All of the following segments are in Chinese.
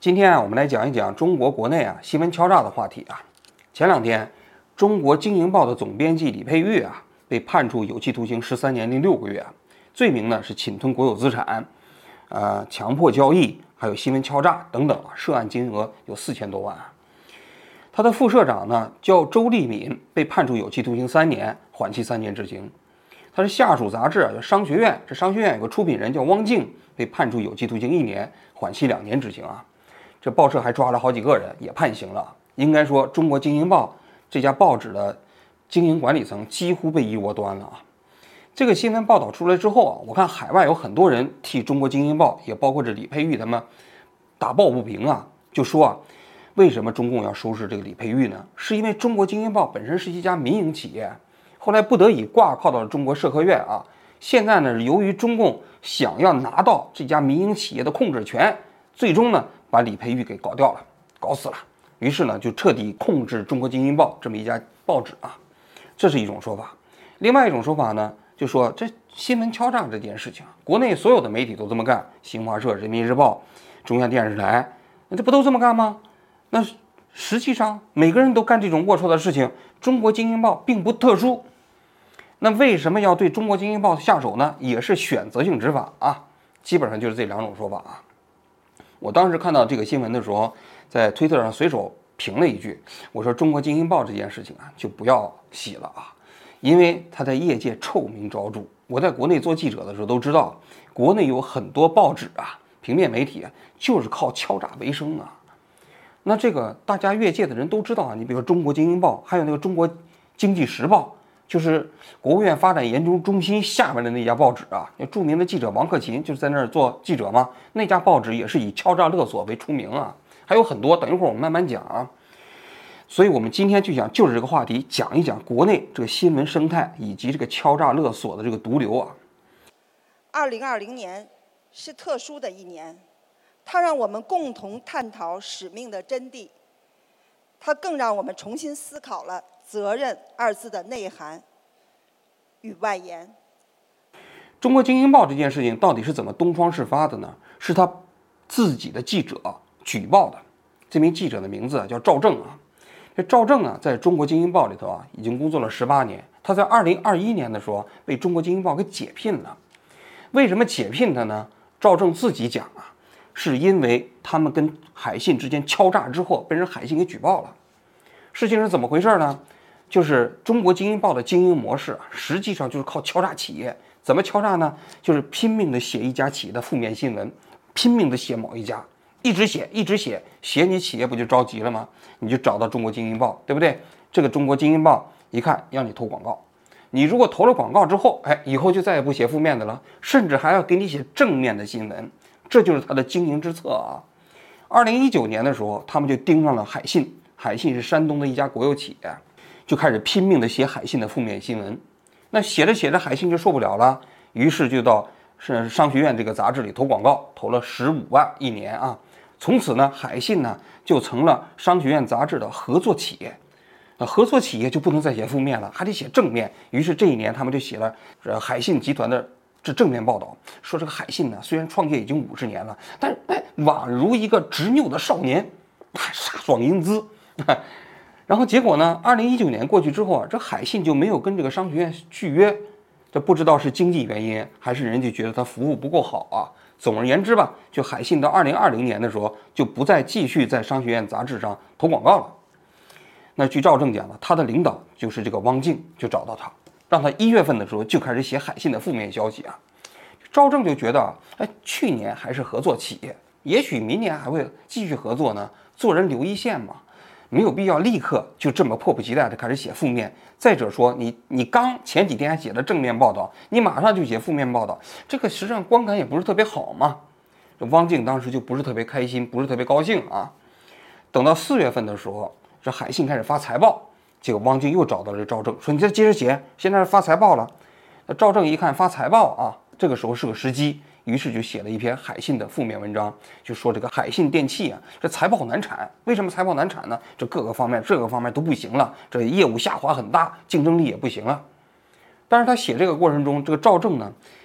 今天我们来讲一讲中国国内新闻敲诈的话题。前两天，中国经营报的总编辑李佩玉被判处有期徒刑13年零6个月，罪名呢是侵吞国有资产、强迫交易，还有新闻敲诈等等，涉案金额有4000多万。他的副社长呢叫周立敏，被判处有期徒刑3年，缓期3年执行。他是下属杂志叫商学院，这商学院有个出品人叫汪静，被判处有期徒刑1年，缓期2年执行。这报社还抓了好几个人，也判刑了。应该说，中国经营报这家报纸的经营管理层几乎被一窝端了。这个新闻报道出来之后我看海外有很多人替中国经营报，也包括这李佩玉他们打抱不平就说为什么中共要收拾这个李佩玉呢？是因为中国经营报本身是一家民营企业，后来不得已挂靠到了中国社科院现在呢，由于中共想要拿到这家民营企业的控制权，最终呢把李佩玉给搞掉了，搞死了。于是呢就彻底控制中国经营报这么一家报纸这是一种说法。另外一种说法呢，就说这新闻敲诈这件事情，国内所有的媒体都这么干，新华社、人民日报、中央电视台，那这不都这么干吗？那实际上每个人都干这种龌龊的事情，中国经营报并不特殊。那为什么要对中国经营报下手呢？也是选择性执法基本上就是这两种说法我当时看到这个新闻的时候，在推特上随手评了一句，我说中国经营报这件事情就不要洗了因为它在业界臭名昭著。我在国内做记者的时候都知道，国内有很多报纸平面媒体就是靠敲诈为生那这个大家越界的人都知道你比如说中国经营报，还有那个中国经济时报，就是国务院发展研究中心下面的那家报纸著名的记者王克勤就是在那儿做记者嘛，那家报纸也是以敲诈勒索为出名还有很多，等一会儿我们慢慢讲所以我们今天就想就是这个话题讲一讲国内这个新闻生态以及这个敲诈勒索的这个毒瘤 2020年是特殊的一年，它让我们共同探讨使命的真谛，它更让我们重新思考了责任2字的内涵与外延。 中国经营报这件事情到底是怎么东窗事发的呢？是他自己的记者举报的。这名记者的名字叫赵正这赵正在中国经营报里头已经工作了18年。他在2021年的时候被中国经营报给解聘了。为什么解聘他呢？赵正自己讲是因为他们跟海信之间敲诈之后被人海信给举报了。事情是怎么回事呢？就是中国经营报的经营模式实际上就是靠敲诈企业。怎么敲诈呢？就是拼命的写一家企业的负面新闻，拼命的写某一家，一直写写你企业不就着急了吗？你就找到中国经营报，对不对？这个中国经营报一看让你投广告，你如果投了广告之后以后就再也不写负面的了，甚至还要给你写正面的新闻，这就是他的经营之策2019年的时候，他们就盯上了海信，海信是山东的一家国有企业，就开始拼命的写海信的负面新闻。那写着写着海信就受不了了，于是就到商学院这个杂志里投广告，投了15万1年从此呢，海信呢就成了商学院杂志的合作企业。合作企业就不能再写负面了，还得写正面。于是这一年他们就写了海信集团的这正面报道，说这个海信呢虽然创业已经50年了，但是宛如一个执拗的少年，飒爽英姿。然后结果呢，2019年过去之后这海信就没有跟这个商学院续约，这不知道是经济原因还是人家觉得他服务不够好总而言之吧，就海信到2020年的时候就不再继续在商学院杂志上投广告了。那据赵正讲呢，他的领导就是这个汪静，就找到他，让他1月份的时候就开始写海信的负面消息赵正就觉得去年还是合作企业，也许明年还会继续合作呢，做人留一线嘛，没有必要立刻就这么迫不及待的开始写负面。再者说你刚前几天还写了正面报道，你马上就写负面报道，这个实际上观感也不是特别好嘛。这汪静当时就不是特别开心，不是特别高兴等到4月份的时候，这海信开始发财报，结果汪静又找到了这赵正，说你再接着写，现在是发财报了。那赵正一看发财报这个时候是个时机，于是就写了一篇海信的负面文章，就说这个海信电器这财报难产。为什么财报难产呢？这各个方面都不行了，这业务下滑很大，竞争力也不行了。但是他写这个过程中，这个赵正呢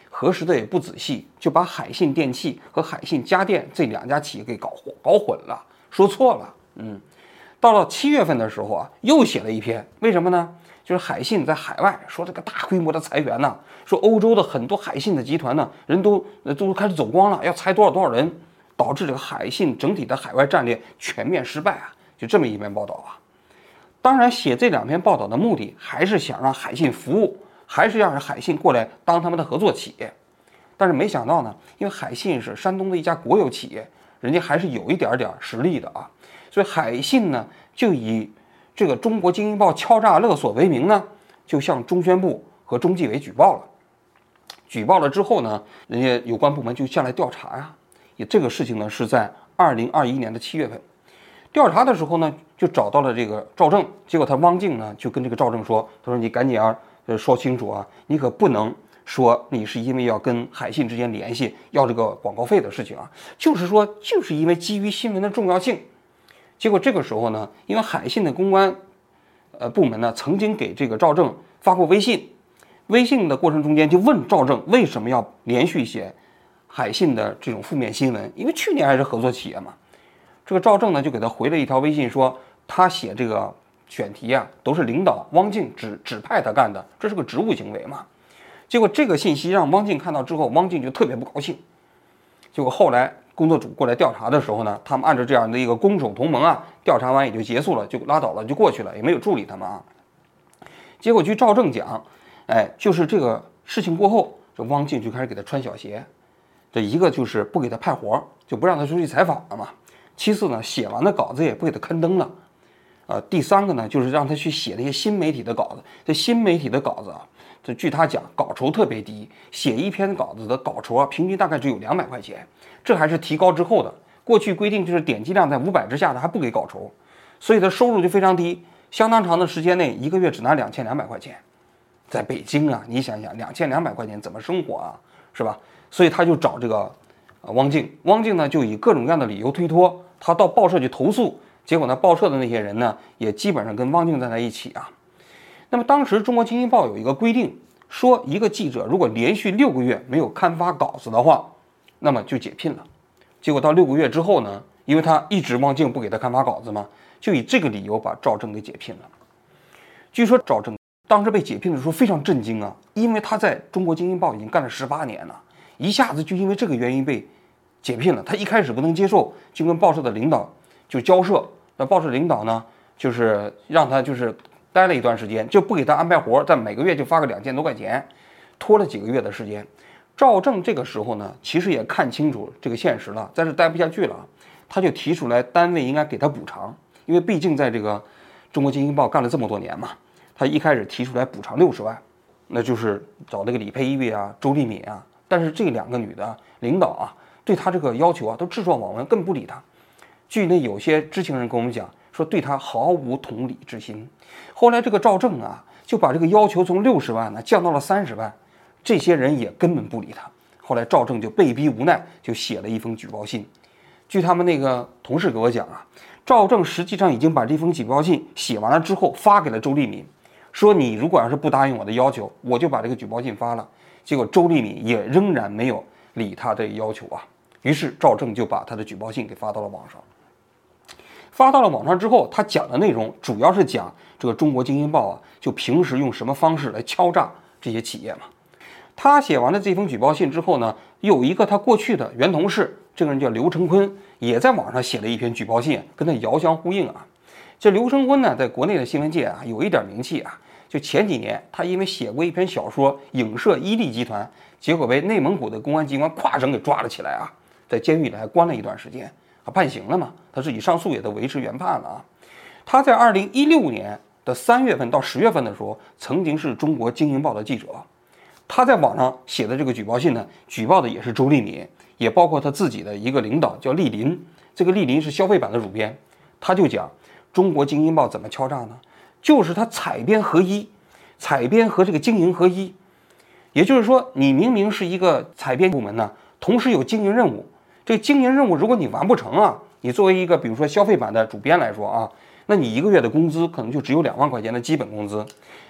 核实的也不仔细，就把海信电器和海信家电这两家企业给搞混了，说错了。到了7月份的时候啊，又写了一篇，为什么呢？就是海信在海外说这个大规模的裁员呢，说欧洲的很多海信的集团呢，人都开始走光了，要裁多少人，导致这个海信整体的海外战略全面失败啊，就这么一篇报道啊。当然，写这2篇报道的目的还是想让海信服务，还是让海信过来当他们的合作企业。但是没想到呢，因为海信是山东的一家国有企业，人家还是有一点实力的啊，所以海信呢就以这个中国经营报敲诈勒索为名呢，就向中宣部和中纪委举报了。举报了之后呢，人家有关部门就下来调查呀。这个事情呢是在2021年的7月份，调查的时候呢，就找到了这个赵正，结果汪静呢就跟这个赵正说，他说你赶紧说清楚啊，你可不能说你是因为要跟海信之间联系要这个广告费的事情啊，就是因为基于新闻的重要性。结果这个时候呢，因为海信的公关部门呢曾经给这个赵正发过微信的过程中间就问赵正为什么要连续写海信的这种负面新闻，因为去年还是合作企业嘛。这个赵正呢就给他回了一条微信说，他写这个选题啊都是领导汪静指派他干的，这是个职务行为嘛。结果这个信息让汪静看到之后，汪静就特别不高兴。结果后来工作组过来调查的时候呢，他们按照这样的一个攻守同盟啊，调查完也就结束了，就拉倒了，就过去了，也没有处理他们啊。结果据赵正讲，就是这个事情过后，这汪静就开始给他穿小鞋。这一个就是不给他派活，就不让他出去采访了嘛。其次呢，写完的稿子也不给他刊登了。第三个呢，就是让他去写那些新媒体的稿子。这新媒体的稿子啊，这据他讲，稿酬特别低，写一篇稿子的稿酬啊，平均大概只有200块钱，这还是提高之后的。过去规定就是点击量在500之下的还不给稿酬，所以他收入就非常低，相当长的时间内1个月只拿2200块钱。在北京啊，你想想2200块钱怎么生活啊，是吧？所以他就找这个汪静，汪静呢就以各种各样的理由推脱，他到报社去投诉。结果呢，报社的那些人呢，也基本上跟汪静站在一起啊。那么当时《中国经济报》有一个规定，说一个记者如果连续6个月没有刊发稿子的话，那么就解聘了。结果到6个月之后呢，因为他一直汪静不给他刊发稿子嘛，就以这个理由把赵正给解聘了。据说赵正当时被解聘的时候非常震惊啊，因为他在中国经济报已经干了18年了，一下子就因为这个原因被解聘了。他一开始不能接受，就跟报社的领导就交涉。那报社领导呢，就是让他就是待了一段时间，就不给他安排活，但每个月就发个2000多块钱，拖了几个月的时间。赵正这个时候呢，其实也看清楚这个现实了，在这待不下去了，他就提出来单位应该给他补偿，因为毕竟在这个中国经济报干了这么多年嘛。他一开始提出来补偿60万，那就是找那个李佩玉啊、周丽敏啊，但是这2个女的领导啊，对他这个要求啊都置若罔闻，更不理他。据那有些知情人跟我们讲，说对他毫无同理之心。后来这个赵正啊，就把这个要求从60万呢降到了30万，这些人也根本不理他。后来赵正就被逼无奈，就写了一封举报信。据他们那个同事给我讲啊，赵正实际上已经把这封举报信写完了之后发给了周丽敏，说你如果要是不答应我的要求，我就把这个举报信发了。结果周丽敏也仍然没有理他的要求啊，于是赵正就把他的举报信给发到了网上。发到了网上之后，他讲的内容主要是讲这个中国经济报啊，就平时用什么方式来敲诈这些企业嘛。他写完了这封举报信之后呢，有一个他过去的原同事，这个人叫刘成坤，也在网上写了一篇举报信，跟他遥相呼应啊。这刘成坤呢，在国内的新闻界啊有一点名气啊。就前几年，他因为写过一篇小说影射伊利集团，结果被内蒙古的公安机关咵整给抓了起来啊，在监狱里还关了一段时间。判刑了嘛？他自己上诉也都维持原判了啊。他在2016年的3月份到10月份的时候，曾经是中国经营报的记者。他在网上写的这个举报信呢，举报的也是周丽敏，也包括他自己的一个领导叫厉林。这个厉林是消费版的主编，他就讲中国经营报怎么敲诈呢？就是他采编合一，采编和这个经营合一。也就是说，你明明是一个采编部门呢，同时有经营任务。这个经营任务如果你完不成啊，你作为一个比如说消费版的主编来说啊，那你1个月的工资可能就只有2万块钱的基本工资。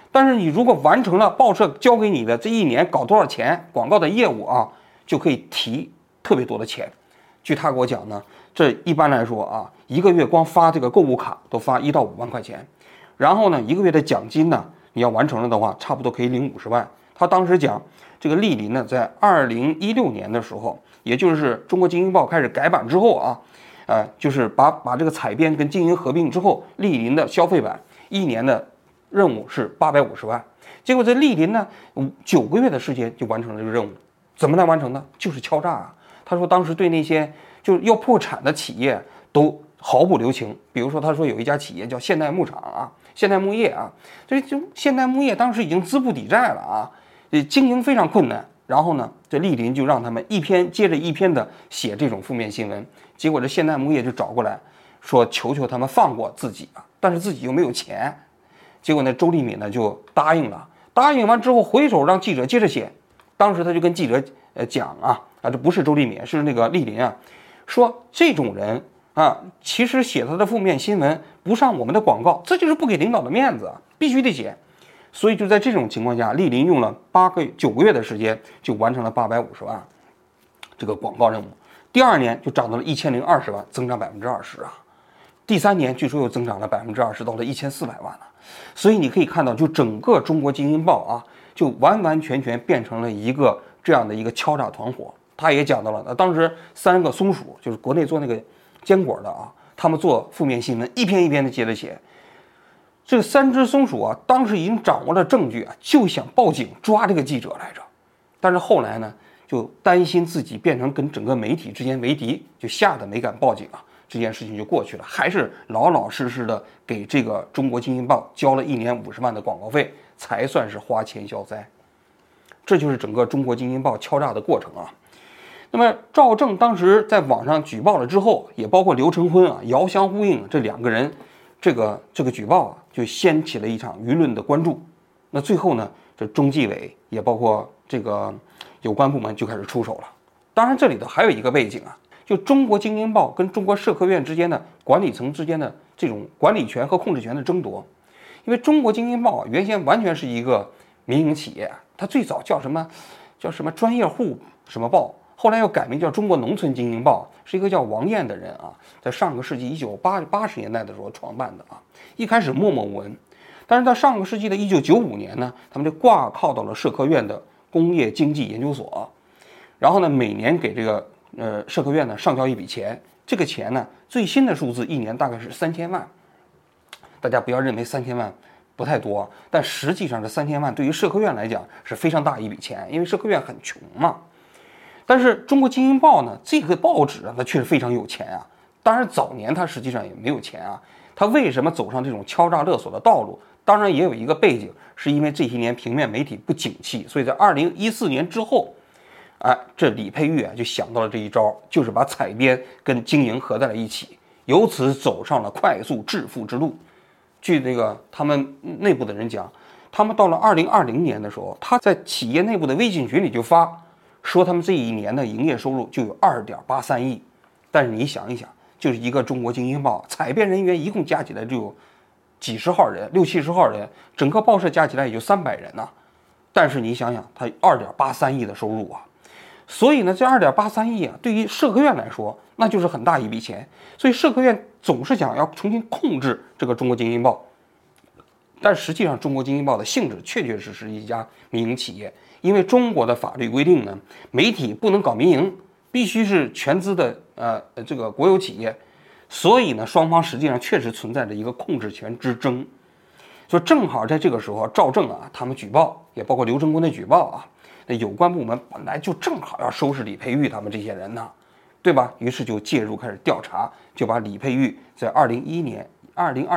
但是你如果完成了报社交给你的这一年搞多少钱广告的业务啊，就可以提特别多的钱。据他给我讲呢，这一般来说啊，一个月光发这个购物卡都发1到5万块钱，然后呢，一个月的奖金呢，你要完成了的话，差不多可以领50万。他当时讲，这个丽林呢，在2016年的时候，也就是中国精英报开始改版之后啊，就是把这个采编跟经营合并之后，丽林的消费版一年的任务是850万。结果这丽林呢，9个月的时间就完成了这个任务。怎么来完成呢？就是敲诈啊！他说当时对那些就要破产的企业都毫不留情。比如说，他说有一家企业叫现代牧场啊，现代牧业啊，这就现代牧业当时已经资不抵债了啊，经营非常困难。然后呢，这丽林就让他们一篇接着一篇的写这种负面新闻。结果这现代牧业就找过来说求求他们放过自己啊，但是自己又没有钱。结果呢，周丽敏呢就答应了。答应完之后，回手让记者接着写。当时他就跟记者讲这不是周丽敏，是那个丽林啊，说这种人啊，其实写他的负面新闻不上我们的广告，这就是不给领导的面子啊，必须得写。所以就在这种情况下，丽林用了9个月的时间就完成了850万这个广告任务。第2年就涨到了1020万，增长20%啊。第3年据说又增长了20%，到了1400万了。所以你可以看到，就整个中国精英报啊，就完完全全变成了一个这样的一个敲诈团伙。他也讲到了，当时3个松鼠，就是国内做那个坚果的啊，他们做负面新闻，一篇一篇的接着写。这3只松鼠啊，当时已经掌握了证据啊，就想报警抓这个记者来着。但是后来呢，就担心自己变成跟整个媒体之间为敌，就吓得没敢报警啊。这件事情就过去了，还是老老实实的给这个中国精英报交了1年50万的广告费，才算是花钱消灾。这就是整个中国精英报敲诈的过程啊。那么赵正当时在网上举报了之后，也包括刘成婚啊，遥相呼应，这2个人这个举报啊，就掀起了一场舆论的关注。那最后呢，这中纪委也包括这个有关部门就开始出手了。当然，这里头还有一个背景啊。就中国精英报跟中国社科院之间的管理层之间的这种管理权和控制权的争夺，因为中国精英报原先完全是一个民营企业，它最早叫什么专业户什么报，后来又改名叫中国农村精英报，是一个叫王燕的人啊，在上个世纪1980年代的时候创办的啊，一开始默默无闻，但是到上个世纪的1995年呢，他们就挂靠到了社科院的工业经济研究所，然后呢，每年给这个社科院呢上交一笔钱，这个钱呢最新的数字一年大概是3000万。大家不要认为3000万不太多，但实际上这3000万对于社科院来讲是非常大一笔钱，因为社科院很穷嘛。但是中国精英报呢，这个报纸啊，它确实非常有钱啊。当然早年它实际上也没有钱啊。它为什么走上这种敲诈勒索的道路？当然也有一个背景，是因为这些年平面媒体不景气，所以在2014年之后。这李佩玉啊就想到了这一招，就是把采编跟经营合在了一起，由此走上了快速致富之路。据那个他们内部的人讲，他们到了2020年的时候，他在企业内部的微信群里就发说，他们这一年的营业收入就有2.83亿。但是你想一想，就是一个中国精英报采编人员一共加起来就有几十号人，60-70号人，整个报社加起来也就300人呐。但是你想想，他2.83亿的收入啊。所以呢，这2.83亿啊，对于社科院来说，那就是很大一笔钱。所以社科院总是想要重新控制这个中国精英报，但实际上中国精英报的性质确确实实一家民营企业，因为中国的法律规定呢，媒体不能搞民营，必须是全资的这个国有企业。所以呢，双方实际上确实存在着一个控制权之争。所以正好在这个时候，赵正啊他们举报，也包括刘成功的举报啊。那有关部门本来就正好要收拾李佩玉他们这些人呢，对吧？于是就介入开始调查，就把李佩玉在2021年还是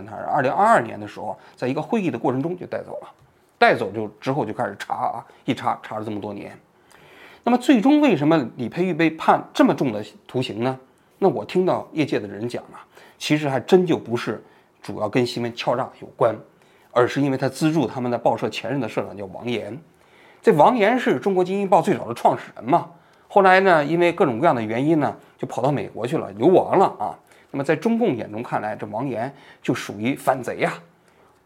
2022年的时候，在一个会议的过程中就带走了，带走之后就开始查啊，一查了这么多年。那么最终为什么李佩玉被判这么重的徒刑呢？那我听到业界的人讲啊，其实还真就不是主要跟新闻敲诈有关，而是因为他资助他们的报社前任的社长叫王岩。这王岩是中国精英报最早的创始人嘛，后来呢，因为各种各样的原因呢，就跑到美国去了，流亡了啊。那么在中共眼中看来，这王岩就属于反贼呀。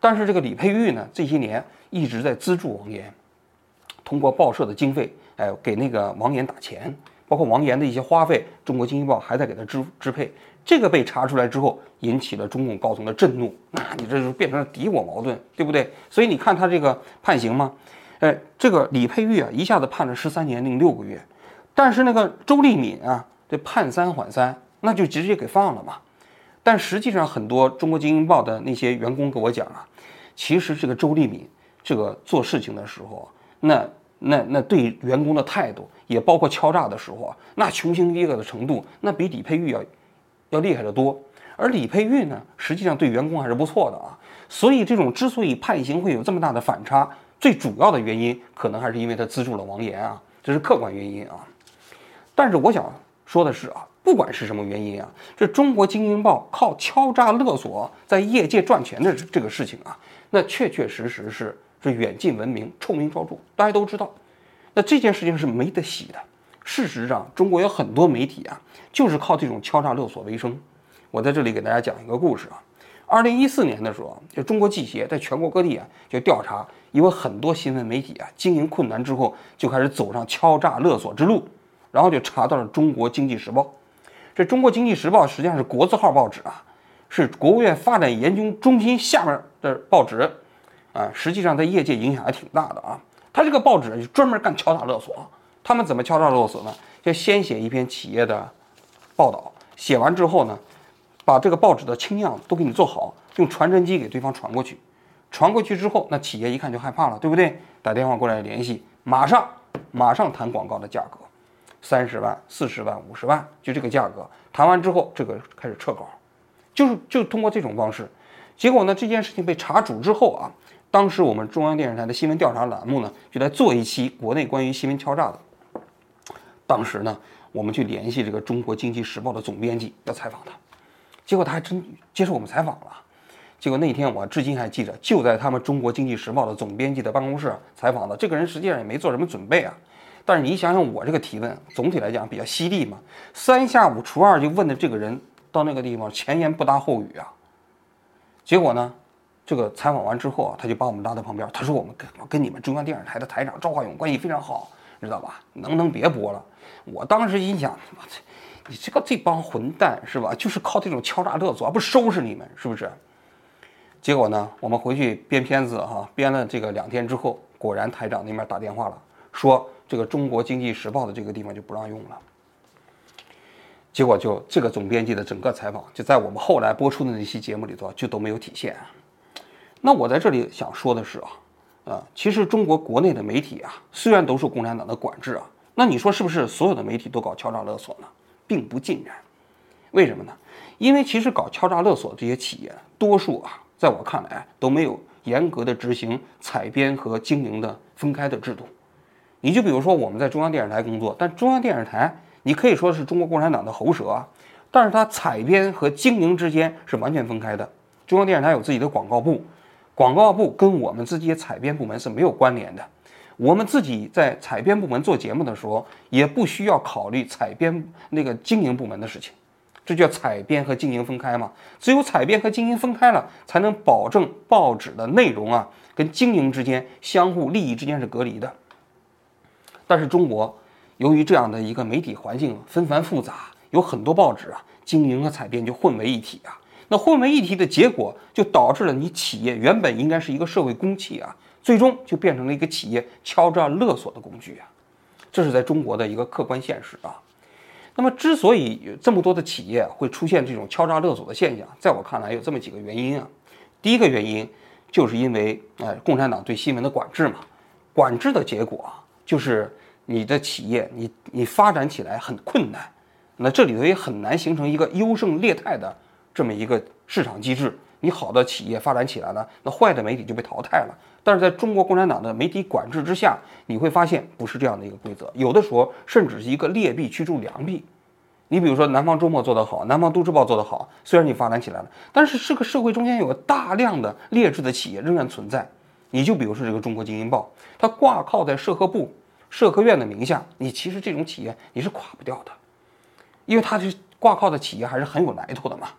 但是这个李佩玉呢，这些年一直在资助王岩，通过报社的经费，给那个王岩打钱，包括王岩的一些花费，中国经济报还在给他支配。这个被查出来之后，引起了中共高层的震怒，那你这就变成了敌我矛盾，对不对？所以你看他这个判刑嘛，这个李佩玉啊，一下子判了13年零6个月，但是那个周立敏啊，这判3缓3，那就直接给放了嘛。但实际上，很多中国经济报的那些员工跟我讲啊，其实这个周立敏这个做事情的时候，那对员工的态度，也包括敲诈的时候啊，那穷凶极恶的程度，那比李佩玉要厉害得多。而李佩玉呢，实际上对员工还是不错的啊。所以这种之所以判刑会有这么大的反差，最主要的原因可能还是因为他资助了王岩啊，这是客观原因啊。但是我想说的是啊，不管是什么原因啊，这中国经营报靠敲诈勒索在业界赚钱的这个事情啊，那确实是远近闻名，臭名昭著，大家都知道。那这件事情是没得洗的。事实上，中国有很多媒体啊，就是靠这种敲诈勒索为生。我在这里给大家讲一个故事啊。2014年的时候，就中国记协在全国各地啊，就调查，因为很多新闻媒体啊经营困难之后，就开始走上敲诈勒索之路，然后就查到了《中国经济时报》。这《中国经济时报》实际上是国字号报纸啊，是国务院发展研究中心下面的报纸啊，实际上在业界影响还挺大的啊。他这个报纸就专门干敲诈勒索。他们怎么敲诈勒索呢？就先写一篇企业的报道，写完之后呢，把这个报纸的清样都给你做好，用传真机给对方传过去。传过去之后，那企业一看就害怕了，对不对？打电话过来联系，马上谈广告的价格，30万、40万、50万，就这个价格。谈完之后，这个开始撤稿，就通过这种方式。结果呢，这件事情被查处之后啊，当时我们中央电视台的新闻调查栏目呢，就来做一期国内关于新闻敲诈的。当时呢，我们去联系这个《中国经济时报》的总编辑要采访他，结果他还真接受我们采访了。结果那天我至今还记得，就在他们《中国经济时报》的总编辑的办公室采访的。这个人实际上也没做什么准备啊，但是你想想我这个提问，总体来讲比较犀利嘛，3下5除2就问的这个人到那个地方前言不搭后语啊。结果呢，这个采访完之后啊，他就把我们拉到旁边，他说我们跟你们中央电视台的台长赵化勇关系非常好，知道吧？能别播了。我当时心想，你这帮混蛋是吧？就是靠这种敲诈勒索，不收拾你们是不是？结果呢，我们回去编片子编了这个2天之后，果然台长那边打电话了，说这个中国经济时报的这个地方就不让用了。结果就这个总编辑的整个采访，就在我们后来播出的那期节目里头就都没有体现。那我在这里想说的是其实中国国内的媒体啊，虽然都受共产党的管制啊，那你说是不是所有的媒体都搞敲诈勒索呢？并不尽然。为什么呢？因为其实搞敲诈勒索的这些企业，多数在我看来都没有严格的执行采编和经营的分开的制度。你就比如说我们在中央电视台工作，但中央电视台你可以说是中国共产党的喉舌啊，但是它采编和经营之间是完全分开的。中央电视台有自己的广告部，广告部跟我们自己的采编部门是没有关联的。我们自己在采编部门做节目的时候，也不需要考虑采编那个经营部门的事情，这叫采编和经营分开嘛。只有采编和经营分开了，才能保证报纸的内容跟经营之间相互利益之间是隔离的。但是中国由于这样的一个媒体环境纷繁复杂，有很多报纸经营和采编就混为一体那混为一体的结果，就导致了你企业原本应该是一个社会公器最终就变成了一个企业敲诈勒索的工具这是在中国的一个客观现实那么之所以这么多的企业会出现这种敲诈勒索的现象，在我看来有这么几个原因第一个原因就是因为共产党对新闻的管制嘛，管制的结果就是你的企业你发展起来很困难，那这里头也很难形成一个优胜劣汰的这么一个市场机制。你好的企业发展起来了，那坏的媒体就被淘汰了。但是在中国共产党的媒体管制之下，你会发现不是这样的一个规则，有的时候甚至是一个劣币驱逐良币。你比如说南方周末做得好，南方都市报做得好，虽然你发展起来了，但是这个社会中间有大量的劣质的企业仍然存在。你就比如说这个中国经营报，它挂靠在社科部、社科院的名下，你其实这种企业你是垮不掉的，因为它是挂靠的企业还是很有来头的嘛。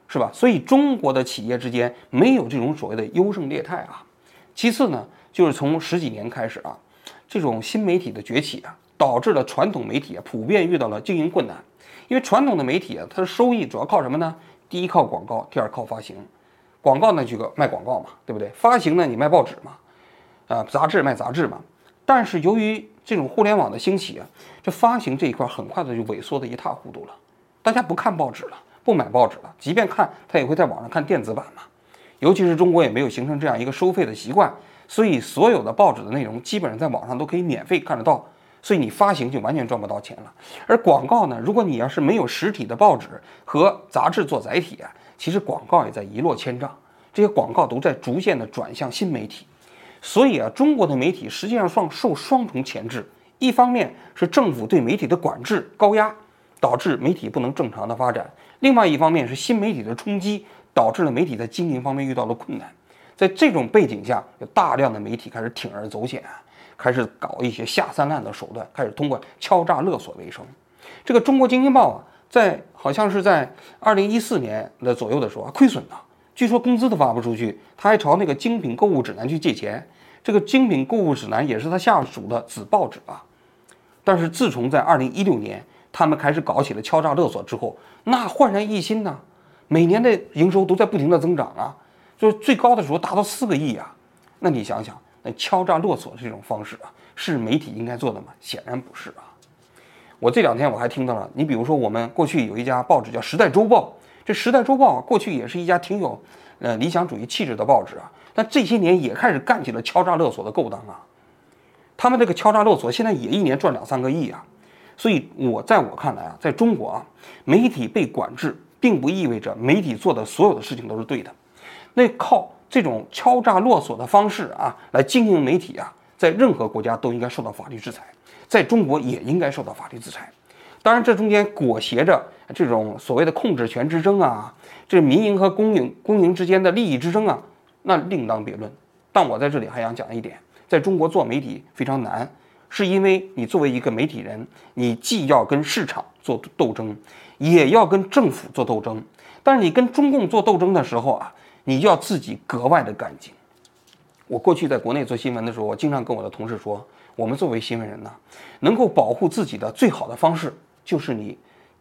是吧？所以中国的企业之间没有这种所谓的优胜劣汰啊。其次呢，就是从十几年开始啊，这种新媒体的崛起啊，导致了传统媒体啊普遍遇到了经营困难。因为传统的媒体啊，它的收益主要靠什么呢？第一靠广告，第二靠发行。广告呢就卖广告嘛，对不对？发行呢你卖报纸嘛，杂志卖杂志嘛。但是由于这种互联网的兴起啊，这发行这一块很快的就萎缩的一塌糊涂了，大家不看报纸了，不买报纸了，即便看，他也会在网上看电子版嘛。尤其是中国也没有形成这样一个收费的习惯，所以所有的报纸的内容基本上在网上都可以免费看得到，所以你发行就完全赚不到钱了。而广告呢，如果你要是没有实体的报纸和杂志做载体啊，其实广告也在一落千丈，这些广告都在逐渐的转向新媒体。所以啊，中国的媒体实际上受双重钳制，一方面是政府对媒体的管制高压，导致媒体不能正常的发展；另外一方面是新媒体的冲击，导致了媒体在经营方面遇到了困难。在这种背景下，有大量的媒体开始铤而走险，开始搞一些下三滥的手段，开始通过敲诈勒索为生。这个《中国经济报》啊，好像是在2014年的左右的时候亏损了。据说工资都发不出去，他还朝那个精品购物指南去借钱。这个精品购物指南也是他下属的子报纸啊。但是自从在2016年他们开始搞起了敲诈勒索之后，那焕然一新呐，每年的营收都在不停的增长啊，就是最高的时候达到4个亿啊。那你想想，那敲诈勒索这种方式啊，是媒体应该做的吗？显然不是啊。我这2天我还听到了，你比如说我们过去有一家报纸叫《时代周报》。这《时代周报》过去也是一家挺有理想主义气质的报纸啊，但这些年也开始干起了敲诈勒索的勾当啊。他们这个敲诈勒索现在也一年赚2-3个亿啊。所以在我看来啊，在中国啊，媒体被管制并不意味着媒体做的所有的事情都是对的。那靠这种敲诈勒索的方式啊来经营媒体啊，在任何国家都应该受到法律制裁，在中国也应该受到法律制裁。当然，这中间裹挟着这种所谓的控制权之争啊，这民营和公营之间的利益之争啊，那另当别论。但我在这里还想讲一点，在中国做媒体非常难，是因为你作为一个媒体人，你既要跟市场做斗争，也要跟政府做斗争。但是你跟中共做斗争的时候啊，你要自己格外的干净。我过去在国内做新闻的时候，我经常跟我的同事说，我们作为新闻人呢，能够保护自己的最好的方式，就是你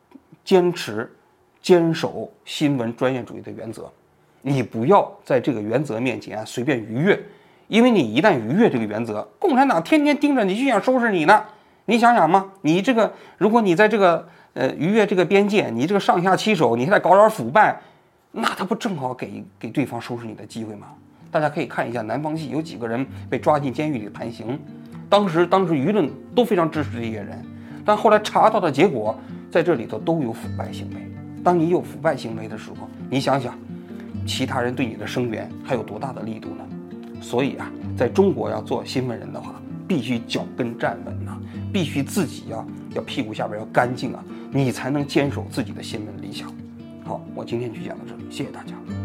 坚守新闻专业主义的原则，你不要在这个原则面前随便逾越，因为你一旦逾越这个原则，共产党天天盯着你，就想收拾你呢。你想想嘛，如果你在这个逾越这个边界，你这个上下其手，你还得搞点腐败，那他不正好给对方收拾你的机会吗？大家可以看一下南方系有几个人被抓进监狱里判刑，当时舆论都非常支持这些人，但后来查到的结果，在这里头都有腐败行为。当你有腐败行为的时候，你想想，其他人对你的声援还有多大的力度呢？所以啊，在中国要做新闻人的话，必须脚跟站稳呐，必须自己要屁股下边要干净啊，你才能坚守自己的新闻理想。好，我今天就讲到这里，谢谢大家。